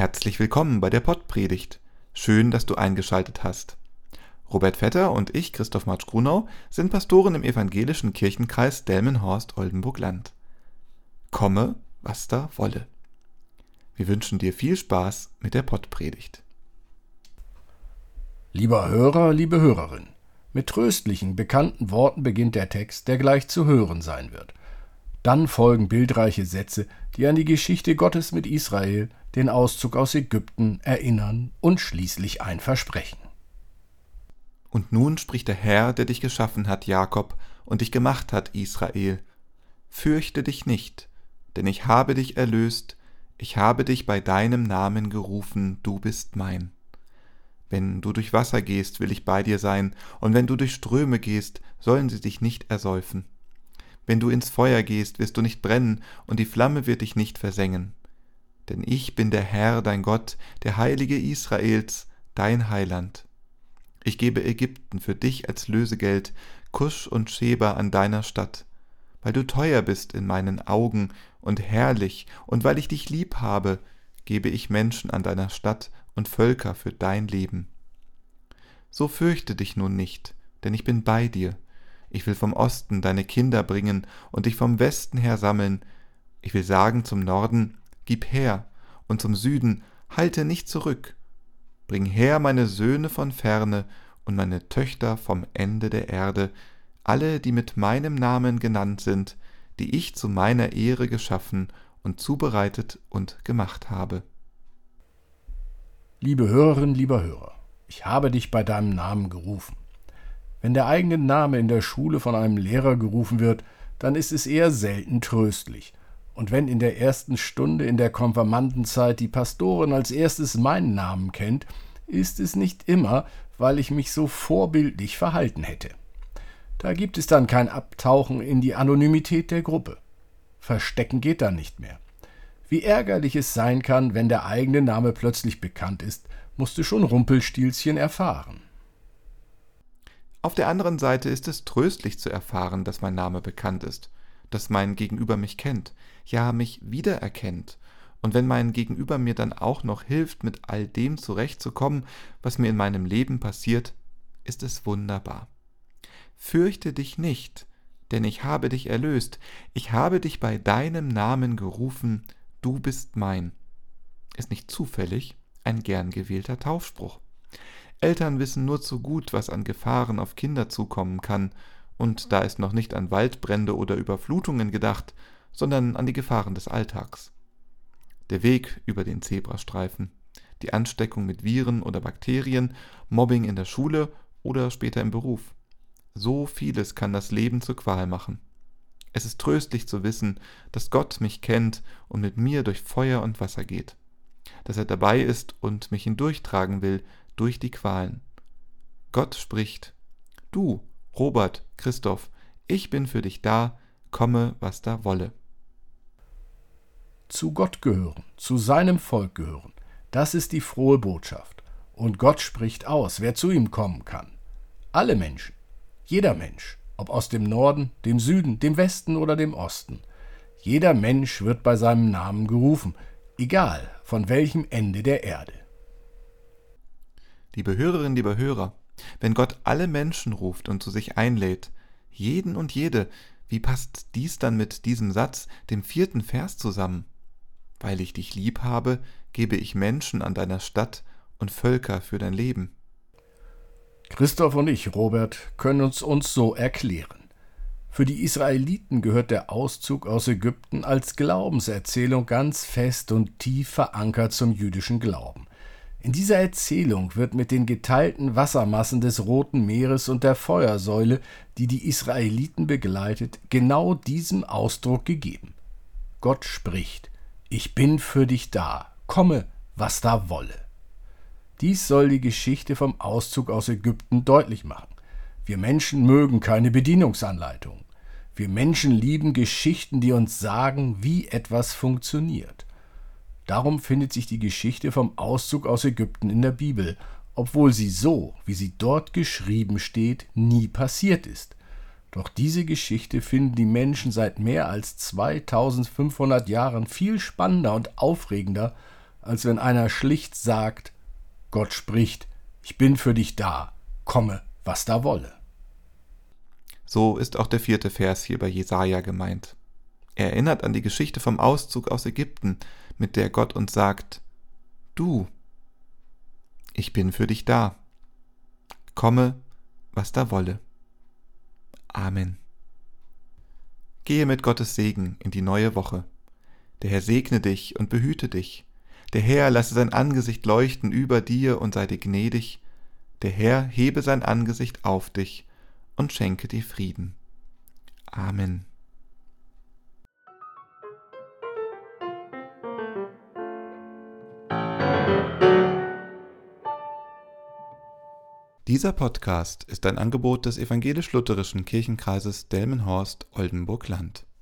Herzlich willkommen bei der Pottpredigt. Schön, dass du eingeschaltet hast. Robert Vetter und ich, Christoph Marsch-Grunau, sind Pastoren im evangelischen Kirchenkreis Delmenhorst-Oldenburg-Land. Komme, was da wolle. Wir wünschen dir viel Spaß mit der Pottpredigt. Lieber Hörer, liebe Hörerin, mit tröstlichen, bekannten Worten beginnt der Text, der gleich zu hören sein wird. Dann folgen bildreiche Sätze, die an die Geschichte Gottes mit Israel, den Auszug aus Ägypten, erinnern und schließlich ein Versprechen. Und nun spricht der Herr, der dich geschaffen hat, Jakob, und dich gemacht hat, Israel. Fürchte dich nicht, denn ich habe dich erlöst, ich habe dich bei deinem Namen gerufen, du bist mein. Wenn du durch Wasser gehst, will ich bei dir sein, und wenn du durch Ströme gehst, sollen sie dich nicht ersäufen. Wenn du ins Feuer gehst, wirst du nicht brennen, und die Flamme wird dich nicht versengen. Denn ich bin der Herr, dein Gott, der Heilige Israels, dein Heiland. Ich gebe Ägypten für dich als Lösegeld, Kusch und Scheba an deiner Stadt, weil du teuer bist in meinen Augen und herrlich, und weil ich dich lieb habe, gebe ich Menschen an deiner Stadt und Völker für dein Leben. So fürchte dich nun nicht, denn ich bin bei dir. Ich will vom Osten deine Kinder bringen und dich vom Westen her sammeln. Ich will sagen zum Norden, gib her, und zum Süden, halte nicht zurück. Bring her meine Söhne von ferne und meine Töchter vom Ende der Erde, alle, die mit meinem Namen genannt sind, die ich zu meiner Ehre geschaffen und zubereitet und gemacht habe. Liebe Hörerin, lieber Hörer, ich habe dich bei deinem Namen gerufen. Wenn der eigene Name in der Schule von einem Lehrer gerufen wird, dann ist es eher selten tröstlich. Und wenn in der ersten Stunde in der Konfirmandenzeit die Pastorin als erstes meinen Namen kennt, ist es nicht immer, weil ich mich so vorbildlich verhalten hätte. Da gibt es dann kein Abtauchen in die Anonymität der Gruppe. Verstecken geht dann nicht mehr. Wie ärgerlich es sein kann, wenn der eigene Name plötzlich bekannt ist, musste schon Rumpelstilzchen erfahren. Auf der anderen Seite ist es tröstlich zu erfahren, dass mein Name bekannt ist, dass mein Gegenüber mich kennt, ja mich wiedererkennt. Und wenn mein Gegenüber mir dann auch noch hilft, mit all dem zurechtzukommen, was mir in meinem Leben passiert, ist es wunderbar. Fürchte dich nicht, denn ich habe dich erlöst, ich habe dich bei deinem Namen gerufen, du bist mein. Ist nicht zufällig ein gern gewählter Taufspruch. Eltern wissen nur zu gut, was an Gefahren auf Kinder zukommen kann, und da ist noch nicht an Waldbrände oder Überflutungen gedacht, sondern an die Gefahren des Alltags. Der Weg über den Zebrastreifen, die Ansteckung mit Viren oder Bakterien, Mobbing in der Schule oder später im Beruf. So vieles kann das Leben zur Qual machen. Es ist tröstlich zu wissen, dass Gott mich kennt und mit mir durch Feuer und Wasser geht, dass er dabei ist und mich hindurchtragen will durch die Qualen. Gott spricht: Du, Robert, Christoph, ich bin für dich da, komme, was da wolle. Zu Gott gehören, zu seinem Volk gehören, das ist die frohe Botschaft. Und Gott spricht aus, wer zu ihm kommen kann. Alle Menschen, jeder Mensch, ob aus dem Norden, dem Süden, dem Westen oder dem Osten. Jeder Mensch wird bei seinem Namen gerufen, egal von welchem Ende der Erde. Liebe Hörerinnen, lieber Hörer, wenn Gott alle Menschen ruft und zu sich einlädt, jeden und jede, wie passt dies dann mit diesem Satz, dem 4. Vers zusammen? Weil ich dich lieb habe, gebe ich Menschen an deiner Stadt und Völker für dein Leben. Christoph und ich, Robert, können uns so erklären. Für die Israeliten gehört der Auszug aus Ägypten als Glaubenserzählung ganz fest und tief verankert zum jüdischen Glauben. In dieser Erzählung wird mit den geteilten Wassermassen des Roten Meeres und der Feuersäule, die die Israeliten begleitet, genau diesem Ausdruck gegeben. Gott spricht: Ich bin für dich da, komme, was da wolle. Dies soll die Geschichte vom Auszug aus Ägypten deutlich machen. Wir Menschen mögen keine Bedienungsanleitungen. Wir Menschen lieben Geschichten, die uns sagen, wie etwas funktioniert. Darum findet sich die Geschichte vom Auszug aus Ägypten in der Bibel, obwohl sie so, wie sie dort geschrieben steht, nie passiert ist. Doch diese Geschichte finden die Menschen seit mehr als 2500 Jahren viel spannender und aufregender als wenn einer schlicht sagt: Gott spricht, ich bin für dich da, komme, was da wolle. So ist auch der 4. Vers hier bei Jesaja gemeint. Er erinnert an die Geschichte vom Auszug aus Ägypten, mit der Gott uns sagt: Du, ich bin für dich da. Komme, was da wolle. Amen. Gehe mit Gottes Segen in die neue Woche. Der Herr segne dich und behüte dich. Der Herr lasse sein Angesicht leuchten über dir und sei dir gnädig. Der Herr hebe sein Angesicht auf dich und schenke dir Frieden. Amen. Dieser Podcast ist ein Angebot des Evangelisch-Lutherischen Kirchenkreises Delmenhorst-Oldenburg-Land.